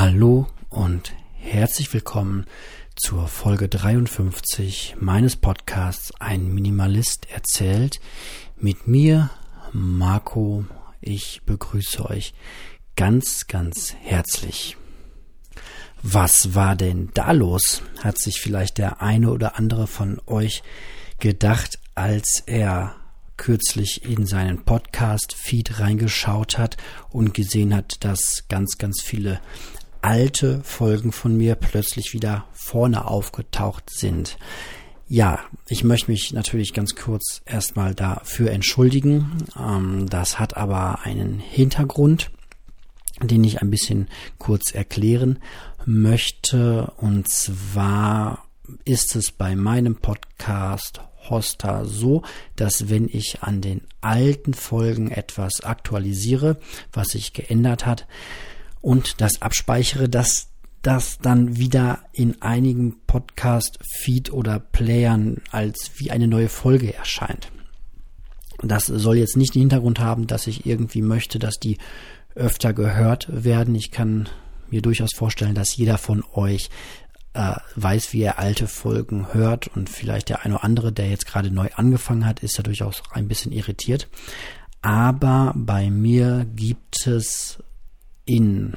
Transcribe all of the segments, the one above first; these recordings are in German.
Hallo und herzlich willkommen zur Folge 53 meines Podcasts Ein Minimalist erzählt. Mit mir, Marco. Ich begrüße euch ganz, ganz herzlich. Was war denn da los? Hat sich vielleicht der eine oder andere von euch gedacht, als er kürzlich in seinen Podcast-Feed reingeschaut hat und gesehen hat, dass ganz, ganz viele alte Folgen von mir plötzlich wieder vorne aufgetaucht sind. Ja, ich möchte mich natürlich ganz kurz erstmal dafür entschuldigen. Das hat aber einen Hintergrund, den ich ein bisschen kurz erklären möchte. Und zwar ist es bei meinem Podcast Hosta so, dass wenn ich an den alten Folgen etwas aktualisiere, was sich geändert hat, und das abspeichere, dass das dann wieder in einigen Podcast-Feed oder Playern als wie eine neue Folge erscheint. Das soll jetzt nicht den Hintergrund haben, dass ich irgendwie möchte, dass die öfter gehört werden. Ich kann mir durchaus vorstellen, dass jeder von euch weiß, wie er alte Folgen hört, und vielleicht der eine oder andere, der jetzt gerade neu angefangen hat, ist ja durchaus ein bisschen irritiert. Aber bei mir gibt es in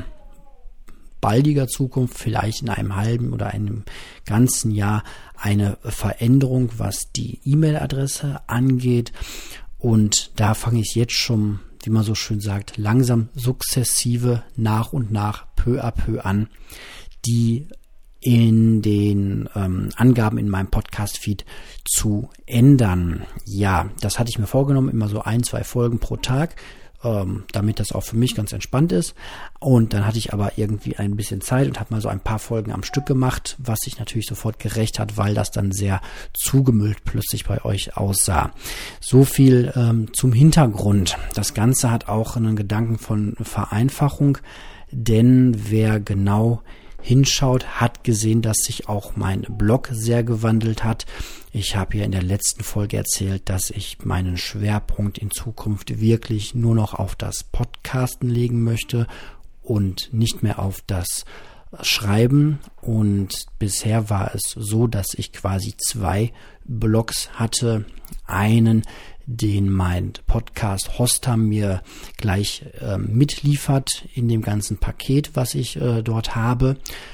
baldiger Zukunft, vielleicht in einem halben oder einem ganzen Jahr, eine Veränderung, was die E-Mail-Adresse angeht. Und da fange ich jetzt schon, wie man so schön sagt, langsam sukzessive nach und nach peu à peu an, die in den Angaben in meinem Podcast-Feed zu ändern. Ja, das hatte ich mir vorgenommen, immer so 1-2 Folgen pro Tag, damit das auch für mich ganz entspannt ist. Und dann hatte ich aber irgendwie ein bisschen Zeit und habe mal so ein paar Folgen am Stück gemacht, was sich natürlich sofort gerächt hat, weil das dann sehr zugemüllt plötzlich bei euch aussah. So viel zum Hintergrund. Das Ganze hat auch einen Gedanken von Vereinfachung, denn wer genau hinschaut, hat gesehen, dass sich auch mein Blog sehr gewandelt hat. Ich habe ja in der letzten Folge erzählt, dass ich meinen Schwerpunkt in Zukunft wirklich nur noch auf das Podcasten legen möchte und nicht mehr auf das Schreiben. Und bisher war es so, dass ich quasi 2 Blogs hatte. Einen, den mein Podcast Hosta mir gleich mitliefert in dem ganzen Paket, was ich dort habe.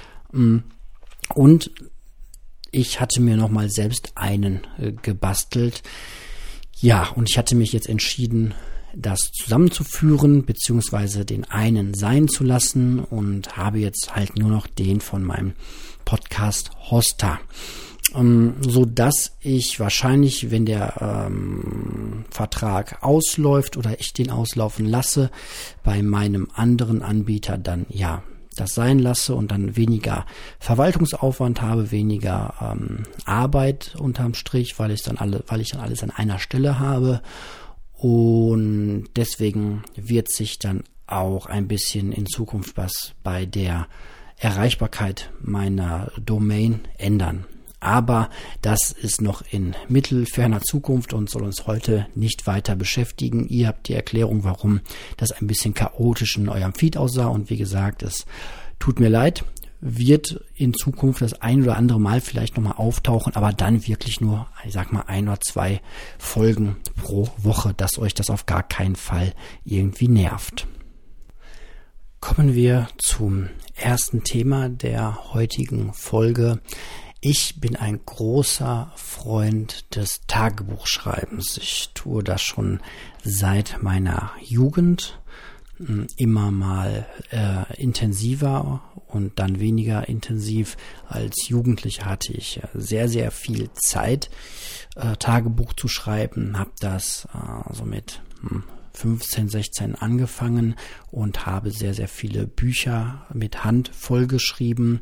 Und ich hatte mir nochmal selbst einen gebastelt. Ja, und ich hatte mich jetzt entschieden, das zusammenzuführen, beziehungsweise den einen sein zu lassen, und habe jetzt halt nur noch den von meinem Podcast Hosta. So dass ich wahrscheinlich, wenn der Vertrag ausläuft oder ich den auslaufen lasse, bei meinem anderen Anbieter dann ja das sein lasse und dann weniger Verwaltungsaufwand habe, weniger Arbeit unterm Strich, weil ich dann alles an einer Stelle habe. Und deswegen wird sich dann auch ein bisschen in Zukunft was bei der Erreichbarkeit meiner Domain ändern. Aber das ist noch in mittelferner Zukunft und soll uns heute nicht weiter beschäftigen. Ihr habt die Erklärung, warum das ein bisschen chaotisch in eurem Feed aussah. Und wie gesagt, es tut mir leid, wird in Zukunft das ein oder andere Mal vielleicht nochmal auftauchen, aber dann wirklich nur, ich sag mal, 1 oder 2 Folgen pro Woche, dass euch das auf gar keinen Fall irgendwie nervt. Kommen wir zum ersten Thema der heutigen Folge. Ich bin ein großer Freund des Tagebuchschreibens. Ich tue das schon seit meiner Jugend, immer mal intensiver und dann weniger intensiv. Als Jugendlicher hatte ich sehr, sehr viel Zeit, Tagebuch zu schreiben, habe das so mit 15, 16 angefangen und habe sehr, sehr viele Bücher mit Hand vollgeschrieben.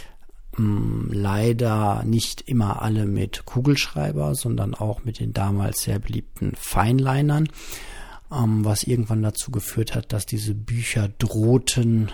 Leider nicht immer alle mit Kugelschreiber, sondern auch mit den damals sehr beliebten Feinlinern, was irgendwann dazu geführt hat, dass diese Bücher drohten,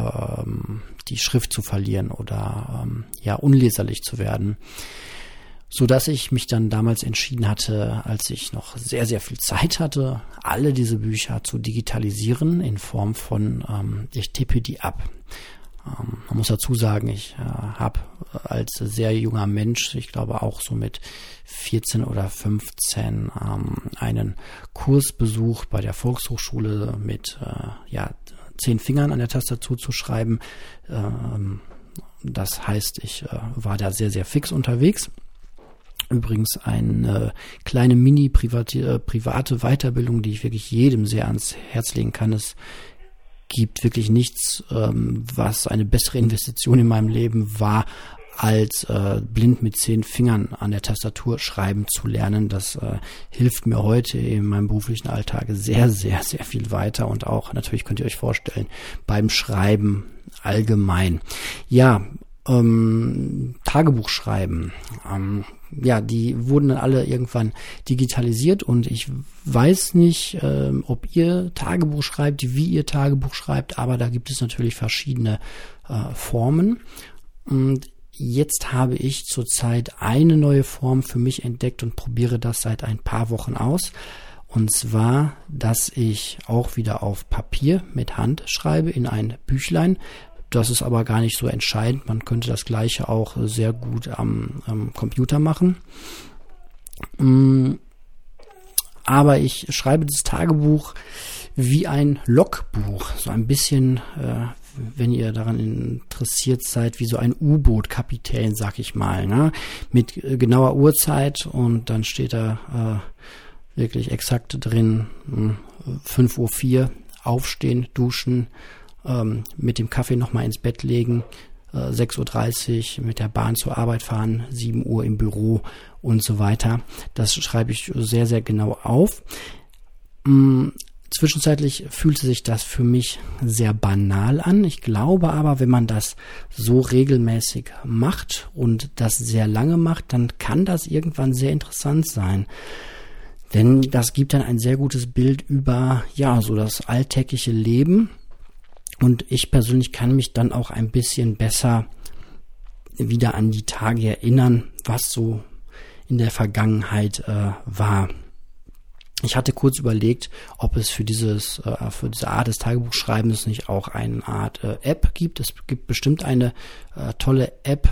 die Schrift zu verlieren oder unleserlich zu werden. so dass ich mich dann damals entschieden hatte, als ich noch sehr, sehr viel Zeit hatte, alle diese Bücher zu digitalisieren in Form von, ich tippe die ab. Man muss dazu sagen, ich habe als sehr junger Mensch, ich glaube auch so mit 14 oder 15, einen Kurs besucht bei der Volkshochschule mit 10 Fingern an der Tastatur zu schreiben. Das heißt, ich war da sehr, sehr fix unterwegs. Übrigens eine kleine private Weiterbildung, die ich wirklich jedem sehr ans Herz legen kann. Es gibt wirklich nichts, was eine bessere Investition in meinem Leben war, als blind mit 10 Fingern an der Tastatur schreiben zu lernen. Das hilft mir heute in meinem beruflichen Alltag sehr, sehr, sehr viel weiter und auch, natürlich könnt ihr euch vorstellen, beim Schreiben allgemein. Ja, Tagebuch schreiben. Die wurden dann alle irgendwann digitalisiert und ich weiß nicht, ob ihr Tagebuch schreibt, wie ihr Tagebuch schreibt, aber da gibt es natürlich verschiedene Formen. Und jetzt habe ich zurzeit eine neue Form für mich entdeckt und probiere das seit ein paar Wochen aus. Und zwar, dass ich auch wieder auf Papier mit Hand schreibe in ein Büchlein. Das ist aber gar nicht so entscheidend. Man könnte das Gleiche auch sehr gut am Computer machen. Aber ich schreibe das Tagebuch wie ein Logbuch. So ein bisschen, wenn ihr daran interessiert seid, wie so ein U-Boot-Kapitän, sag ich mal, ne? Mit genauer Uhrzeit und dann steht da wirklich exakt drin, 5:04 Uhr, aufstehen, duschen, mit dem Kaffee nochmal ins Bett legen, 6:30 Uhr mit der Bahn zur Arbeit fahren, 7 Uhr im Büro und so weiter. Das schreibe ich sehr, sehr genau auf. Zwischenzeitlich fühlte sich das für mich sehr banal an. Ich glaube aber, wenn man das so regelmäßig macht und das sehr lange macht, dann kann das irgendwann sehr interessant sein. Denn das gibt dann ein sehr gutes Bild über, so das alltägliche Leben. Und ich persönlich kann mich dann auch ein bisschen besser wieder an die Tage erinnern, was so in der Vergangenheit war. Ich hatte kurz überlegt, ob es für diese Art des Tagebuchschreibens nicht auch eine Art App gibt. Es gibt bestimmt eine tolle App,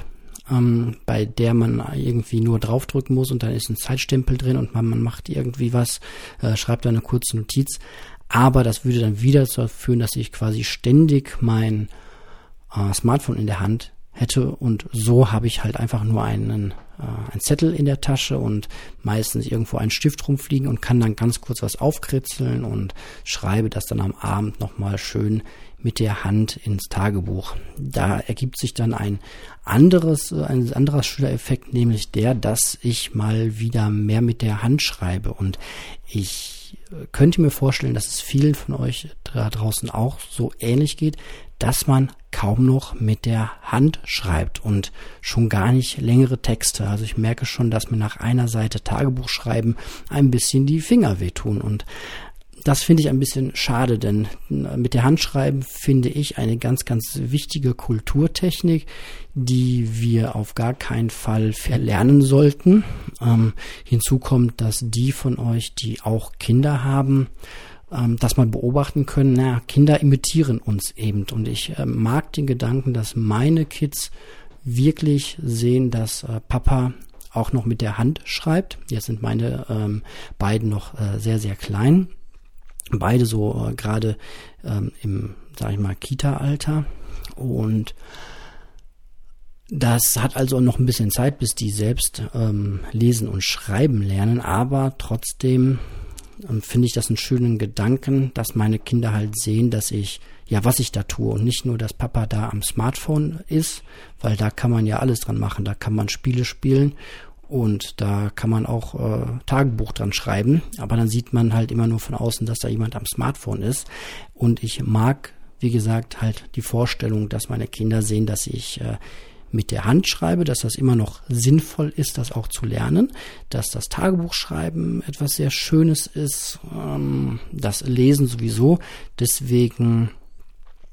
bei der man irgendwie nur draufdrücken muss und dann ist ein Zeitstempel drin und man macht irgendwie was, schreibt da eine kurze Notiz. Aber das würde dann wieder dazu führen, dass ich quasi ständig mein Smartphone in der Hand hätte und so habe ich halt einfach nur einen Zettel in der Tasche und meistens irgendwo einen Stift rumfliegen und kann dann ganz kurz was aufkritzeln und schreibe das dann am Abend nochmal schön mit der Hand ins Tagebuch. Da ergibt sich dann ein anderer schöner Effekt, nämlich der, dass ich mal wieder mehr mit der Hand schreibe und ich könnte mir vorstellen, dass es vielen von euch da draußen auch so ähnlich geht, dass man kaum noch mit der Hand schreibt und schon gar nicht längere Texte. Also ich merke schon, dass mir nach einer Seite Tagebuch schreiben ein bisschen die Finger wehtun und das finde ich ein bisschen schade, denn mit der Hand schreiben finde ich eine ganz, ganz wichtige Kulturtechnik, die wir auf gar keinen Fall verlernen sollten. Hinzu kommt, dass die von euch, die auch Kinder haben, dass man beobachten können, Kinder imitieren uns eben. Und ich mag den Gedanken, dass meine Kids wirklich sehen, dass Papa auch noch mit der Hand schreibt. Jetzt sind meine beiden noch sehr, sehr klein. Beide so gerade im, sag ich mal, Kita-Alter und das hat also noch ein bisschen Zeit, bis die selbst lesen und schreiben lernen, aber trotzdem finde ich das einen schönen Gedanken, dass meine Kinder halt sehen, dass ich, was ich da tue und nicht nur, dass Papa da am Smartphone ist, weil da kann man ja alles dran machen, da kann man Spiele spielen und da kann man auch Tagebuch dran schreiben, aber dann sieht man halt immer nur von außen, dass da jemand am Smartphone ist. Und ich mag, wie gesagt, halt die Vorstellung, dass meine Kinder sehen, dass ich mit der Hand schreibe, dass das immer noch sinnvoll ist, das auch zu lernen, dass das Tagebuchschreiben etwas sehr Schönes ist, das Lesen sowieso. Deswegen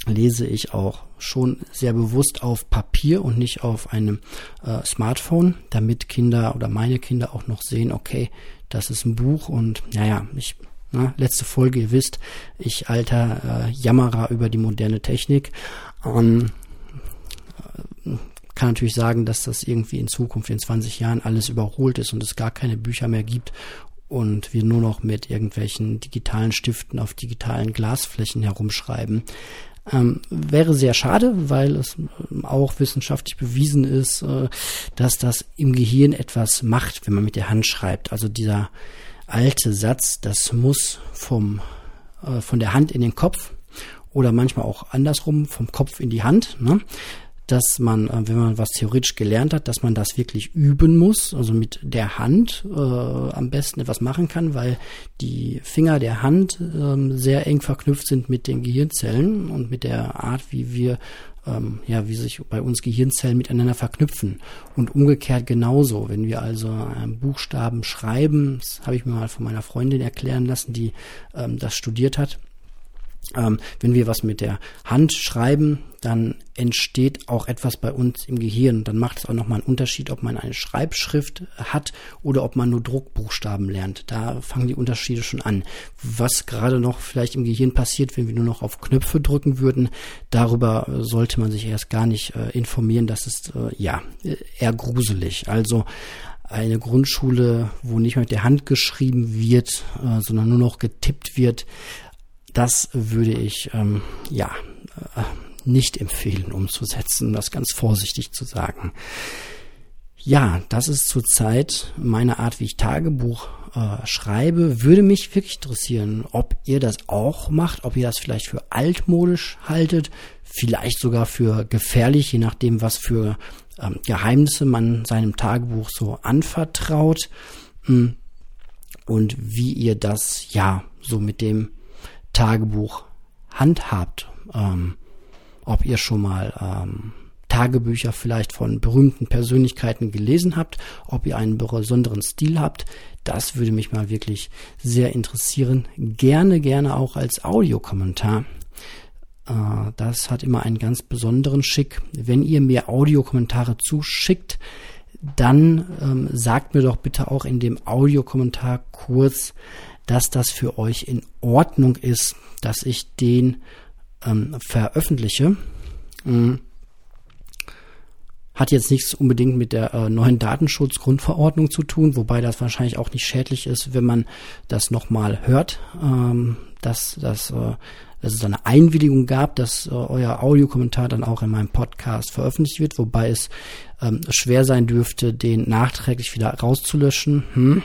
lese ich auch schon sehr bewusst auf Papier und nicht auf einem Smartphone, damit Kinder oder meine Kinder auch noch sehen, okay, das ist ein Buch und letzte Folge, ihr wisst, ich alter Jammerer über die moderne Technik. Kann natürlich sagen, dass das irgendwie in Zukunft in 20 Jahren alles überholt ist und es gar keine Bücher mehr gibt und wir nur noch mit irgendwelchen digitalen Stiften auf digitalen Glasflächen herumschreiben. Wäre sehr schade, weil es auch wissenschaftlich bewiesen ist, dass das im Gehirn etwas macht, wenn man mit der Hand schreibt. Also dieser alte Satz, das muss von der Hand in den Kopf oder manchmal auch andersrum, vom Kopf in die Hand, ne? Dass man, wenn man was theoretisch gelernt hat, dass man das wirklich üben muss, also mit der Hand am besten etwas machen kann, weil die Finger der Hand sehr eng verknüpft sind mit den Gehirnzellen und mit der Art, wie wir wie sich bei uns Gehirnzellen miteinander verknüpfen. Und umgekehrt genauso, wenn wir also Buchstaben schreiben, das habe ich mir mal von meiner Freundin erklären lassen, die das studiert hat. Wenn wir was mit der Hand schreiben, dann entsteht auch etwas bei uns im Gehirn. Dann macht es auch nochmal einen Unterschied, ob man eine Schreibschrift hat oder ob man nur Druckbuchstaben lernt. Da fangen die Unterschiede schon an. Was gerade noch vielleicht im Gehirn passiert, wenn wir nur noch auf Knöpfe drücken würden, darüber sollte man sich erst gar nicht informieren. Das ist eher gruselig. Also eine Grundschule, wo nicht mehr mit der Hand geschrieben wird, sondern nur noch getippt wird, das würde ich nicht empfehlen, umzusetzen, das ganz vorsichtig zu sagen. Ja, das ist zurzeit meine Art, wie ich Tagebuch schreibe. Würde mich wirklich interessieren, ob ihr das auch macht, ob ihr das vielleicht für altmodisch haltet, vielleicht sogar für gefährlich, je nachdem, was für Geheimnisse man seinem Tagebuch so anvertraut und wie ihr das so mit dem Tagebuch handhabt, ob ihr schon mal Tagebücher vielleicht von berühmten Persönlichkeiten gelesen habt, ob ihr einen besonderen Stil habt, das würde mich mal wirklich sehr interessieren. Gerne auch als Audiokommentar. Das hat immer einen ganz besonderen Schick. Wenn ihr mir Audiokommentare zuschickt, dann sagt mir doch bitte auch in dem Audiokommentar kurz, dass das für euch in Ordnung ist, dass ich den veröffentliche. Hat jetzt nichts unbedingt mit der neuen Datenschutzgrundverordnung zu tun, wobei das wahrscheinlich auch nicht schädlich ist, wenn man das nochmal hört, dass es eine Einwilligung gab, dass euer Audiokommentar dann auch in meinem Podcast veröffentlicht wird, wobei es schwer sein dürfte, den nachträglich wieder rauszulöschen.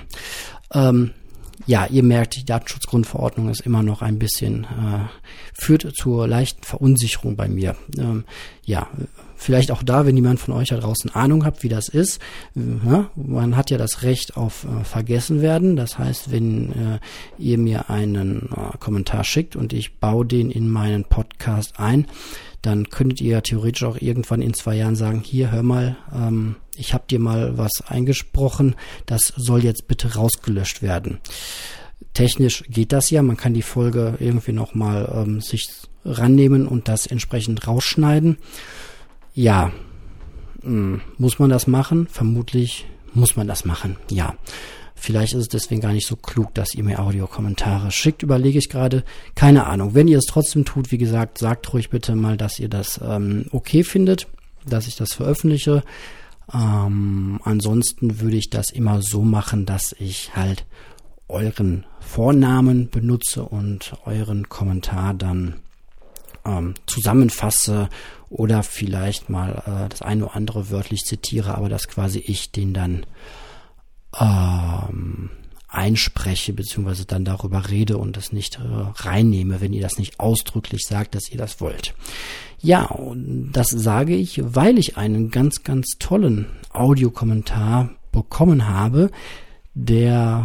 Ihr merkt, die Datenschutzgrundverordnung ist immer noch ein bisschen, führt zur leichten Verunsicherung bei mir. Vielleicht auch da, wenn jemand von euch da draußen Ahnung habt, wie das ist. Man hat ja das Recht auf vergessen werden. Das heißt, wenn ihr mir einen Kommentar schickt und ich baue den in meinen Podcast ein, dann könntet ihr theoretisch auch irgendwann in 2 Jahren sagen, hier, hör mal, ich habe dir mal was eingesprochen, das soll jetzt bitte rausgelöscht werden. Technisch geht das ja, man kann die Folge irgendwie nochmal sich rannehmen und das entsprechend rausschneiden. Ja, muss man das machen? Vermutlich muss man das machen, ja. Vielleicht ist es deswegen gar nicht so klug, dass ihr mir Audiokommentare schickt, überlege ich gerade. Keine Ahnung. Wenn ihr es trotzdem tut, wie gesagt, sagt ruhig bitte mal, dass ihr das okay findet, dass ich das veröffentliche. Ansonsten würde ich das immer so machen, dass ich halt euren Vornamen benutze und euren Kommentar dann zusammenfasse oder vielleicht mal das eine oder andere wörtlich zitiere, aber dass quasi ich den dann einspreche, beziehungsweise dann darüber rede und das nicht reinnehme, wenn ihr das nicht ausdrücklich sagt, dass ihr das wollt. Ja, und das sage ich, weil ich einen ganz, ganz tollen Audiokommentar bekommen habe, der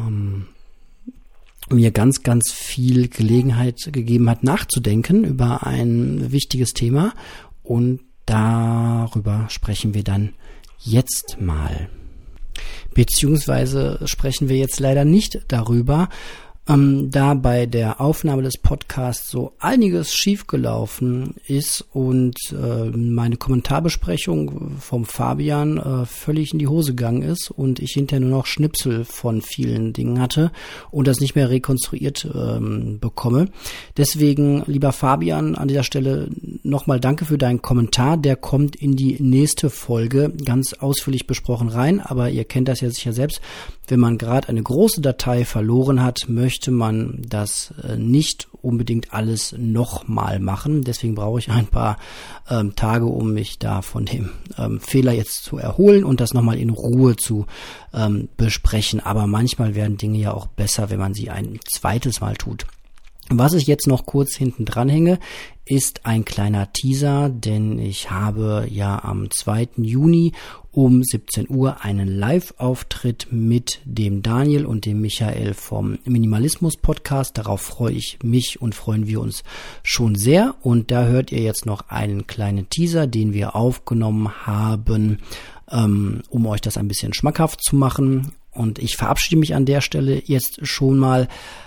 mir ganz, ganz viel Gelegenheit gegeben hat, nachzudenken über ein wichtiges Thema, und darüber sprechen wir dann jetzt mal. Beziehungsweise sprechen wir jetzt leider nicht darüber, da bei der Aufnahme des Podcasts so einiges schiefgelaufen ist und meine Kommentarbesprechung vom Fabian völlig in die Hose gegangen ist und ich hinterher nur noch Schnipsel von vielen Dingen hatte und das nicht mehr rekonstruiert bekomme. Deswegen, lieber Fabian, an dieser Stelle nochmal danke für deinen Kommentar. Der kommt in die nächste Folge ganz ausführlich besprochen rein, aber ihr kennt das ja sicher selbst. Wenn man gerade eine große Datei verloren hat, möchte man das nicht unbedingt alles nochmal machen. Deswegen brauche ich ein paar Tage, um mich da von dem Fehler jetzt zu erholen und das nochmal in Ruhe zu besprechen. Aber manchmal werden Dinge ja auch besser, wenn man sie ein zweites Mal tut. Was ich jetzt noch kurz hinten dran hänge, ist ein kleiner Teaser, denn ich habe ja am 2. Juni um 17 Uhr einen Live-Auftritt mit dem Daniel und dem Michael vom Minimalismus-Podcast. Darauf freue ich mich und freuen wir uns schon sehr. Und da hört ihr jetzt noch einen kleinen Teaser, den wir aufgenommen haben, um euch das ein bisschen schmackhaft zu machen. Und ich verabschiede mich an der Stelle jetzt schon mal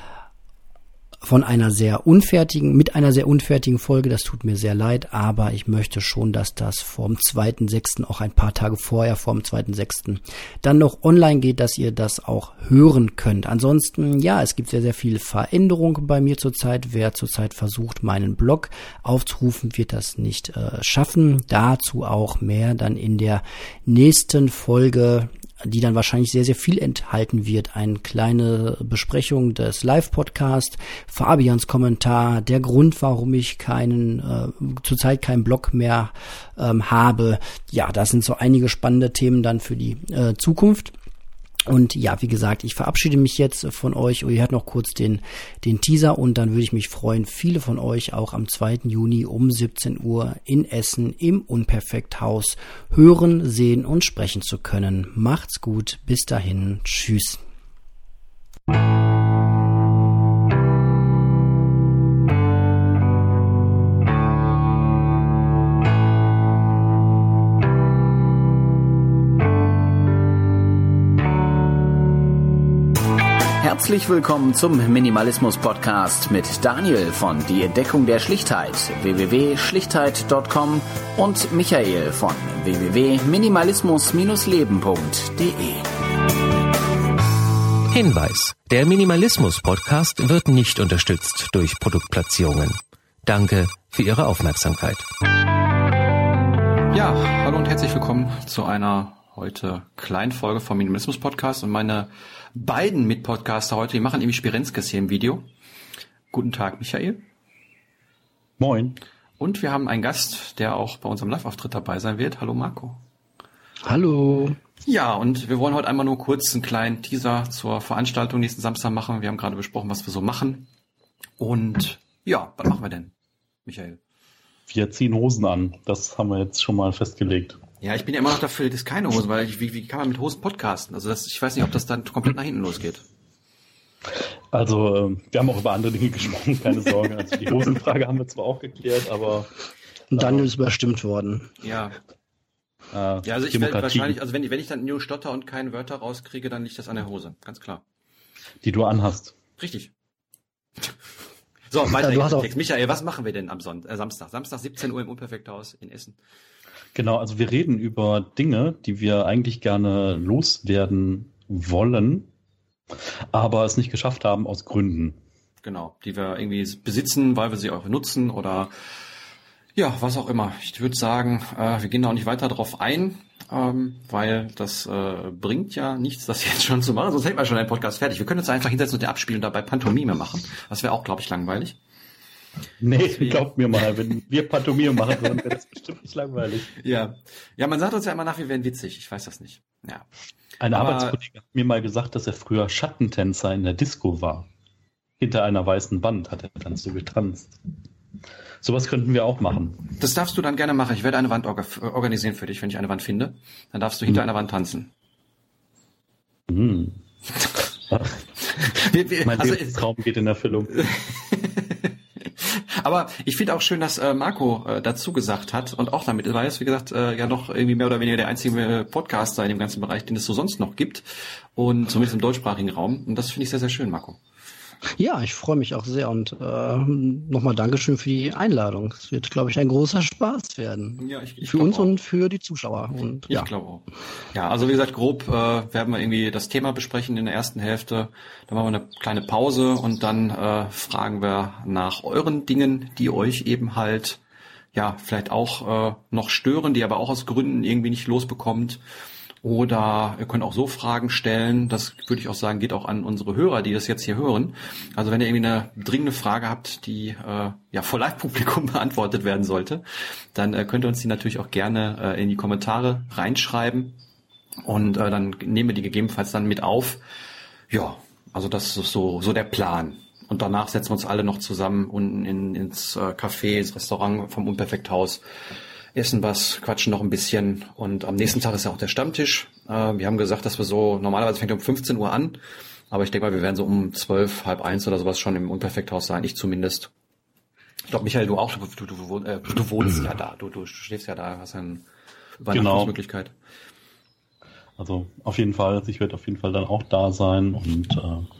mit einer sehr unfertigen Folge, das tut mir sehr leid, aber ich möchte schon, dass das vom 2.6. auch ein paar Tage vorher, vom 2.6. dann noch online geht, dass ihr das auch hören könnt. Ansonsten, ja, es gibt sehr, sehr viel Veränderung bei mir zurzeit. Wer zurzeit versucht, meinen Blog aufzurufen, wird das nicht schaffen. Dazu auch mehr dann in der nächsten Folge, die dann wahrscheinlich sehr, sehr viel enthalten wird. Eine kleine Besprechung des Live-Podcasts, Fabians Kommentar, der Grund, warum ich zurzeit keinen Blog mehr habe. Ja, das sind so einige spannende Themen dann für die Zukunft. Und ja, wie gesagt, ich verabschiede mich jetzt von euch. Ihr hört noch kurz den Teaser und dann würde ich mich freuen, viele von euch auch am 2. Juni um 17 Uhr in Essen im Unperfekthaus hören, sehen und sprechen zu können. Macht's gut, bis dahin, tschüss. Herzlich willkommen zum Minimalismus-Podcast mit Daniel von Die Entdeckung der Schlichtheit www.schlichtheit.com und Michael von www.minimalismus-leben.de. Hinweis: Der Minimalismus-Podcast wird nicht unterstützt durch Produktplatzierungen. Danke für Ihre Aufmerksamkeit. Ja, hallo und herzlich willkommen zu einer heute kleinen Folge vom Minimalismus-Podcast und meine beiden Mitpodcaster heute, die machen irgendwie Spirenzkes hier im Video. Guten Tag, Michael. Moin. Und wir haben einen Gast, der auch bei unserem Live-Auftritt dabei sein wird. Hallo, Marco. Hallo. Ja, und wir wollen heute einmal nur kurz einen kleinen Teaser zur Veranstaltung nächsten Samstag machen. Wir haben gerade besprochen, was wir so machen. Und ja, was machen wir denn, Michael? Wir ziehen Hosen an. Das haben wir jetzt schon mal festgelegt. Ja, ich bin ja immer noch dafür, das ist keine Hosen, weil wie kann man mit Hosen podcasten? Also ich weiß nicht, ob das dann komplett nach hinten losgeht. Also wir haben auch über andere Dinge gesprochen, keine Sorge. Also die Hosenfrage haben wir zwar auch geklärt, aber... Dann ist überstimmt worden. Ja. Ja, also ich werde wahrscheinlich, also wenn ich dann nur stotter und keine Wörter rauskriege, dann liegt das an der Hose, ganz klar. Die du anhast. Richtig. So, weiter im Text. Michael, was machen wir denn am Samstag? Samstag 17 Uhr im Unperfekthaus in Essen. Genau, also wir reden über Dinge, die wir eigentlich gerne loswerden wollen, aber es nicht geschafft haben aus Gründen. Genau, die wir irgendwie besitzen, weil wir sie auch nutzen oder ja, was auch immer. Ich würde sagen, wir gehen da auch nicht weiter drauf ein, weil das bringt ja nichts, das jetzt schon zu machen, sonst hätten wir schon einen Podcast fertig. Wir können uns einfach hinsetzen und den abspielen und dabei Pantomime machen. Das wäre auch, glaube ich, langweilig. Nee, glaubt mir mal, wenn wir Pantomime machen würden, wäre das bestimmt nicht langweilig. Ja, man sagt uns ja immer nach, wir wären witzig. Ich weiß das nicht. Ja. Ein Arbeitskollege hat mir mal gesagt, dass er früher Schattentänzer in der Disco war. Hinter einer weißen Wand hat er dann so getanzt. Sowas könnten wir auch machen. Das darfst du dann gerne machen. Ich werde eine Wand organisieren für dich, wenn ich eine Wand finde. Dann darfst du hinter einer Wand tanzen. Mein Lebenstraum geht in Erfüllung. Aber ich finde auch schön, dass Marco dazu gesagt hat und auch damit war es, wie gesagt, ja noch irgendwie mehr oder weniger der einzige Podcaster in dem ganzen Bereich, den es so sonst noch gibt und zumindest im deutschsprachigen Raum. Und das finde ich sehr, sehr schön, Marco. Ja, ich freue mich auch sehr und nochmal Dankeschön für die Einladung. Es wird, glaube ich, ein großer Spaß werden. Ja, ich für uns auch. Und für die Zuschauer. Und, ich glaube auch. Ja, also wie gesagt, grob werden wir irgendwie das Thema besprechen in der ersten Hälfte. Dann machen wir eine kleine Pause und dann fragen wir nach euren Dingen, die euch eben halt ja vielleicht auch noch stören, die aber auch aus Gründen irgendwie nicht losbekommt. Oder ihr könnt auch so Fragen stellen, das würde ich auch sagen, geht auch an unsere Hörer, die das jetzt hier hören. Also wenn ihr irgendwie eine dringende Frage habt, die vor Live-Publikum beantwortet werden sollte, dann könnt ihr uns die natürlich auch gerne in die Kommentare reinschreiben und dann nehmen wir die gegebenenfalls dann mit auf. Ja, also das ist so der Plan. Und danach setzen wir uns alle noch zusammen unten ins Café, ins Restaurant vom Unperfekthaus, essen was, quatschen noch ein bisschen und am nächsten Tag ist ja auch der Stammtisch. Wir haben gesagt, dass wir so, normalerweise fängt er um 15 Uhr an, aber ich denke mal, wir werden so um 12, halb 1 oder sowas schon im Unperfekthaus sein, ich zumindest. Ich glaube, Michael, du auch, du wohnst ja da, du schläfst ja da, hast eine Übernachtungsmöglichkeit. Also auf jeden Fall, ich werde auf jeden Fall dann auch da sein und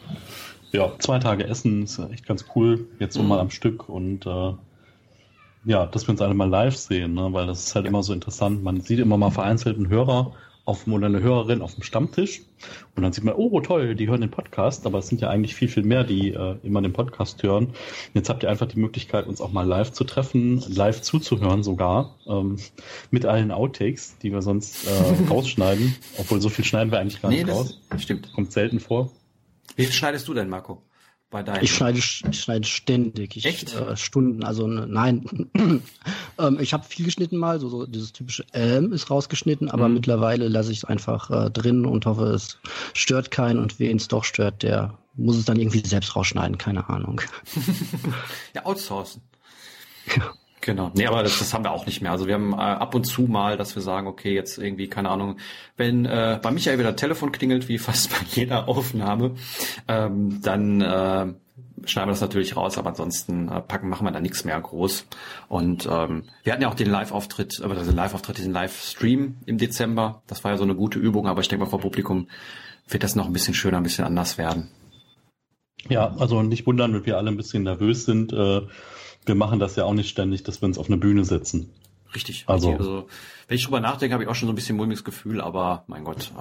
2 Tage essen ist echt ganz cool, jetzt so mal am Stück und dass wir uns alle mal live sehen, ne? Weil das ist halt immer so interessant. Man sieht immer mal vereinzelt einen Hörer oder eine Hörerin auf dem Stammtisch und dann sieht man, oh toll, die hören den Podcast, aber es sind ja eigentlich viel, viel mehr, die immer den Podcast hören. Und jetzt habt ihr einfach die Möglichkeit, uns auch mal live zu treffen, live zuzuhören sogar, mit allen Outtakes, die wir sonst rausschneiden. Obwohl so viel schneiden wir eigentlich gar nicht raus. Stimmt. Kommt selten vor. Wie viel schneidest du denn, Marco? Ich schneide ständig. Echt? Stunden, also nein. Ich habe viel geschnitten mal, so dieses typische ist rausgeschnitten, aber mittlerweile lasse ich es einfach drin und hoffe, es stört keinen und wen es doch stört, der muss es dann irgendwie selbst rausschneiden, keine Ahnung. Ja, outsourcen. Ja. Genau. Nee, aber das haben wir auch nicht mehr. Also wir haben ab und zu mal, dass wir sagen, okay, jetzt irgendwie, keine Ahnung, wenn bei Michael wieder Telefon klingelt, wie fast bei jeder Aufnahme, dann schneiden wir das natürlich raus, aber ansonsten machen wir da nichts mehr groß. Und wir hatten ja auch den diesen Livestream im Dezember. Das war ja so eine gute Übung, aber ich denke mal, vor Publikum wird das noch ein bisschen schöner, ein bisschen anders werden. Ja, also nicht wundern, wenn wir alle ein bisschen nervös sind. Wir machen das ja auch nicht ständig, dass wir uns auf eine Bühne setzen. Richtig. Also wenn ich drüber nachdenke, habe ich auch schon so ein bisschen mulmiges Gefühl, aber mein Gott,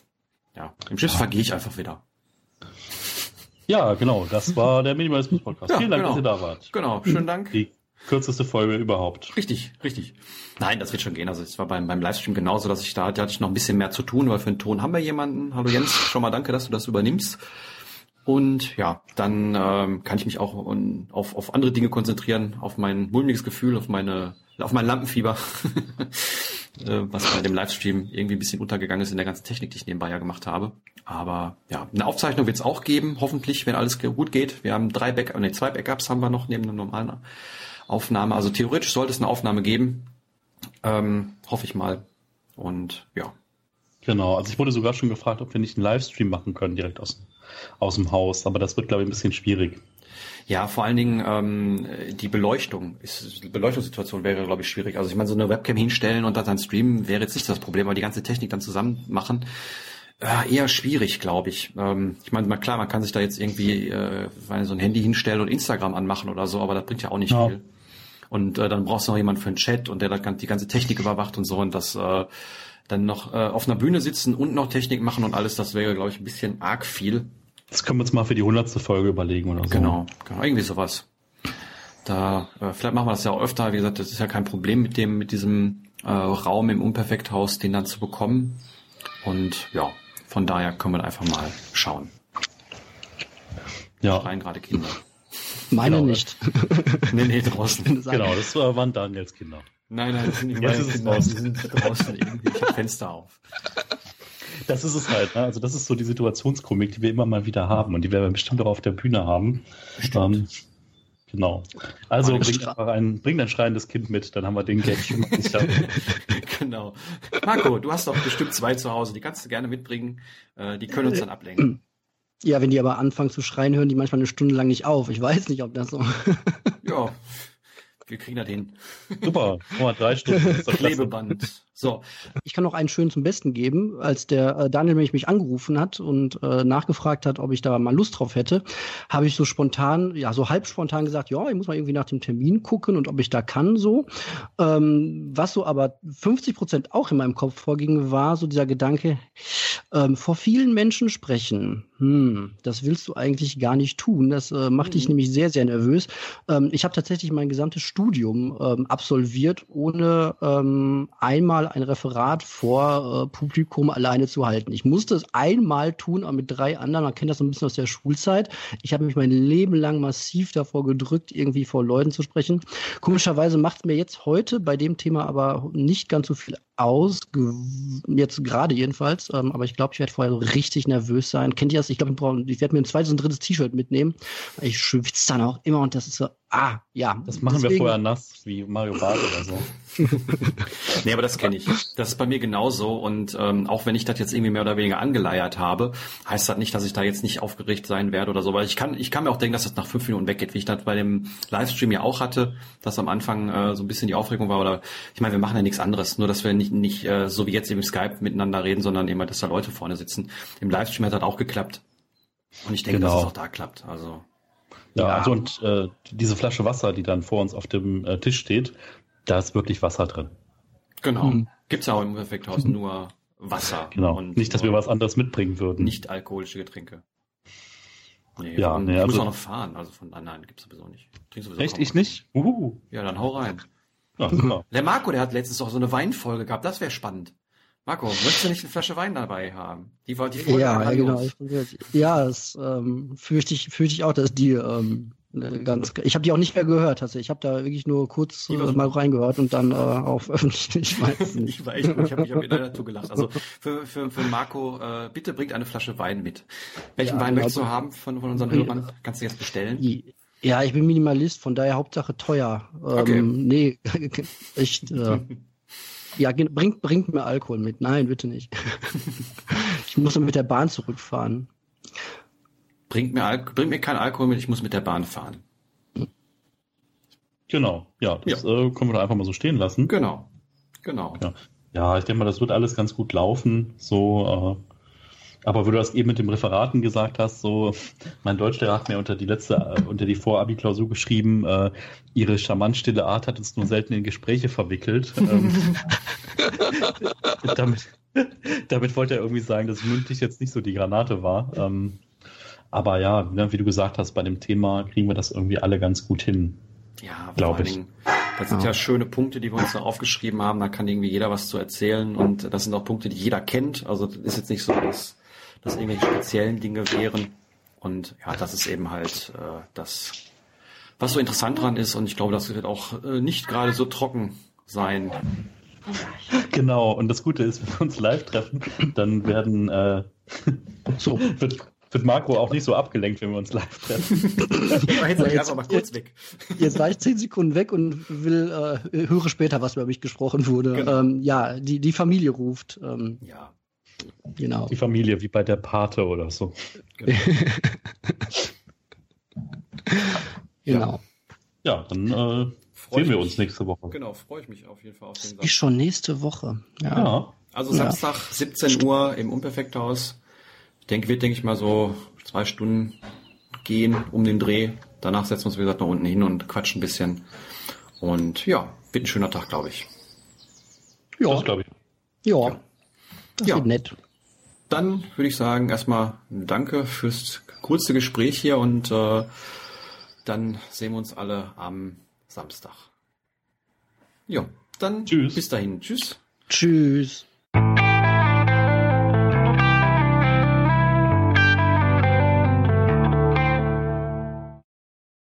im Schluss gehe ich einfach wieder. Ja, genau, das war der Minimalismus-Podcast. Ja, Vielen Dank, dass ihr da wart. Genau, schönen Dank. Die kürzeste Folge überhaupt. Richtig. Nein, das wird schon gehen. Also es war beim Livestream genauso, dass da hatte ich noch ein bisschen mehr zu tun, weil für den Ton haben wir jemanden. Hallo Jens, schon mal danke, dass du das übernimmst. Und ja, dann kann ich mich auch auf andere Dinge konzentrieren, auf mein mulmiges Gefühl, auf mein Lampenfieber, was bei dem Livestream irgendwie ein bisschen untergegangen ist in der ganzen Technik, die ich nebenbei ja gemacht habe. Aber ja, eine Aufzeichnung wird es auch geben, hoffentlich, wenn alles gut geht. Wir haben 2 Backups haben wir noch neben einer normalen Aufnahme. Also theoretisch sollte es eine Aufnahme geben, hoffe ich mal. Und ja. Genau, also ich wurde sogar schon gefragt, ob wir nicht einen Livestream machen können, direkt aus dem Haus, aber das wird, glaube ich, ein bisschen schwierig. Ja, vor allen Dingen die Beleuchtungssituation wäre, glaube ich, schwierig. Also ich meine, so eine Webcam hinstellen und dann streamen wäre jetzt nicht das Problem, aber die ganze Technik dann zusammen machen, eher schwierig, glaube ich. Ich meine, mal klar, man kann sich da jetzt irgendwie so ein Handy hinstellen und Instagram anmachen oder so, aber das bringt ja auch nicht viel. Und dann brauchst du noch jemanden für einen Chat und der dann die ganze Technik überwacht und so und das dann noch auf einer Bühne sitzen und noch Technik machen und alles, das wäre, glaube ich, ein bisschen arg viel. Das können wir uns mal für die 100. Folge überlegen oder so. Genau, irgendwie sowas. Vielleicht machen wir das ja auch öfter. Wie gesagt, das ist ja kein Problem mit diesem Raum im Unperfekthaus, den dann zu bekommen. Und ja, von daher können wir einfach mal schauen. Ja. Schreien gerade Kinder. Meine nicht. Nee, draußen. Genau, das waren Daniels Kinder. Nein, das sind nicht meine Kinder. Die sind draußen irgendwie. Ich habe Fenster auf. Das ist es halt, ne? Also das ist so die Situationskomik, die wir immer mal wieder haben und die werden wir bestimmt auch auf der Bühne haben. Genau. Also bring ein schreiendes Kind mit, dann haben wir den Gag schon mal sicher. Genau. Marco, du hast doch bestimmt 2 zu Hause, die kannst du gerne mitbringen. Die können uns dann ablenken. Ja, wenn die aber anfangen zu schreien, hören die manchmal eine Stunde lang nicht auf. Ich weiß nicht, ob das so... Ja, wir kriegen das hin. Super, 3 Stunden. Klebeband. So. Ich kann noch einen schönen zum Besten geben. Als der Daniel mich angerufen hat und nachgefragt hat, ob ich da mal Lust drauf hätte, habe ich so spontan, so halb spontan gesagt, ja, ich muss mal irgendwie nach dem Termin gucken und ob ich da kann, so. Was so aber 50% auch in meinem Kopf vorging, war so dieser Gedanke, vor vielen Menschen sprechen. Das willst du eigentlich gar nicht tun. Das macht dich nämlich sehr, sehr nervös. Ich habe tatsächlich mein gesamtes Studium absolviert, ohne einmal ein Referat vor Publikum alleine zu halten. Ich musste es einmal tun, aber mit 3 anderen. Man kennt das so ein bisschen aus der Schulzeit. Ich habe mich mein Leben lang massiv davor gedrückt, irgendwie vor Leuten zu sprechen. Komischerweise macht es mir jetzt heute bei dem Thema aber nicht ganz so viel aus, jetzt gerade jedenfalls, aber ich glaube, ich werde vorher so richtig nervös sein. Kennt ihr das? Ich glaube, ich werde mir ein zweites und drittes T-Shirt mitnehmen. Ich schwitze dann auch immer und das ist so, Das machen wir vorher nass, wie Mario Barth oder so. Nee, aber das kenne ich. Das ist bei mir genauso und auch wenn ich das jetzt irgendwie mehr oder weniger angeleiert habe, heißt das nicht, dass ich da jetzt nicht aufgeregt sein werde oder so, weil ich kann mir auch denken, dass das nach 5 Minuten weggeht, wie ich das bei dem Livestream ja auch hatte, dass am Anfang so ein bisschen die Aufregung war oder, ich meine, wir machen ja nichts anderes, nur dass wir nicht so wie jetzt im Skype miteinander reden, sondern immer, dass da Leute vorne sitzen. Im Livestream hat das auch geklappt und ich denke, dass es auch da klappt, also. Ja, also und diese Flasche Wasser, die dann vor uns auf dem Tisch steht, da ist wirklich Wasser drin. Genau. Gibt's ja auch im Effekthaus nur Wasser. Genau. Und nicht, dass wir was anderes mitbringen würden. Nicht alkoholische Getränke. Nee, ich muss auch noch fahren, also von nein, gibt's sowieso nicht. Trinkst sowieso echt, ich nicht? Ja, dann hau rein. Ja, genau. Der Marco, der hat letztens auch so eine Weinfolge gehabt, das wäre spannend. Marco, möchtest du nicht eine Flasche Wein dabei haben? Die Folge genau. Das fürchte ich auch, dass die ich habe die auch nicht mehr gehört. Also ich habe da wirklich nur kurz mal reingehört und dann auch veröffentlicht. Ich weiß nicht. Ich war echt gut. Ich habe in der Natur gelacht. Also für Marco, bitte bringt eine Flasche Wein mit. Welchen Wein möchtest du haben von unseren Hörern? Kannst du jetzt bestellen? Ja, ich bin Minimalist, von daher Hauptsache teuer. Okay. Nee, echt. Ja, bringt mir Alkohol mit. Nein, bitte nicht. Ich muss mit der Bahn zurückfahren. Bringt mir kein Alkohol mit, ich muss mit der Bahn fahren. Genau, das können wir doch einfach mal so stehen lassen. Genau. Ja, ich denke mal, das wird alles ganz gut laufen. So, aber wo du das eben mit dem Referaten gesagt hast, so, mein Deutschlehrer hat mir unter die Vor-Abi-Klausur geschrieben, ihre charmant stille Art hat uns nur selten in Gespräche verwickelt. Damit wollte er irgendwie sagen, dass mündlich jetzt nicht so die Granate war. Aber ja, wie du gesagt hast, bei dem Thema kriegen wir das irgendwie alle ganz gut hin. Ja, glaube ich. Das sind ja schöne Punkte, die wir uns da aufgeschrieben haben. Da kann irgendwie jeder was zu erzählen und das sind auch Punkte, die jeder kennt. Also das ist jetzt nicht so, dass irgendwelche speziellen Dinge wären. Und ja, das ist eben halt das, was so interessant dran ist. Und ich glaube, das wird auch nicht gerade so trocken sein. Genau. Und das Gute ist, wenn wir uns live treffen, dann wird Marco auch nicht so abgelenkt, wenn wir uns live treffen. Jetzt war ich einfach mal kurz weg. Jetzt war ich 10 Sekunden weg und höre später, was über mich gesprochen wurde. Genau. Die Familie ruft. Ja. Genau. Die Familie, wie bei der Pate oder so. Genau. Ja, dann sehen wir uns nächste Woche. Genau, freue ich mich auf jeden Fall auf den Ist schon nächste Woche. Ja. Also Samstag, 17 Uhr im Unperfekthaus. Wird, denke ich mal, so 2 Stunden gehen um den Dreh. Danach setzen wir uns, wie gesagt, nach unten hin und quatschen ein bisschen. Und ja, wird ein schöner Tag, glaube ich. Ja, das glaube ich. Ja. Das wird nett. Dann würde ich sagen, erstmal danke fürs kurze Gespräch hier und dann sehen wir uns alle am Samstag. Ja, dann Tschüss. Bis dahin. Tschüss. Tschüss.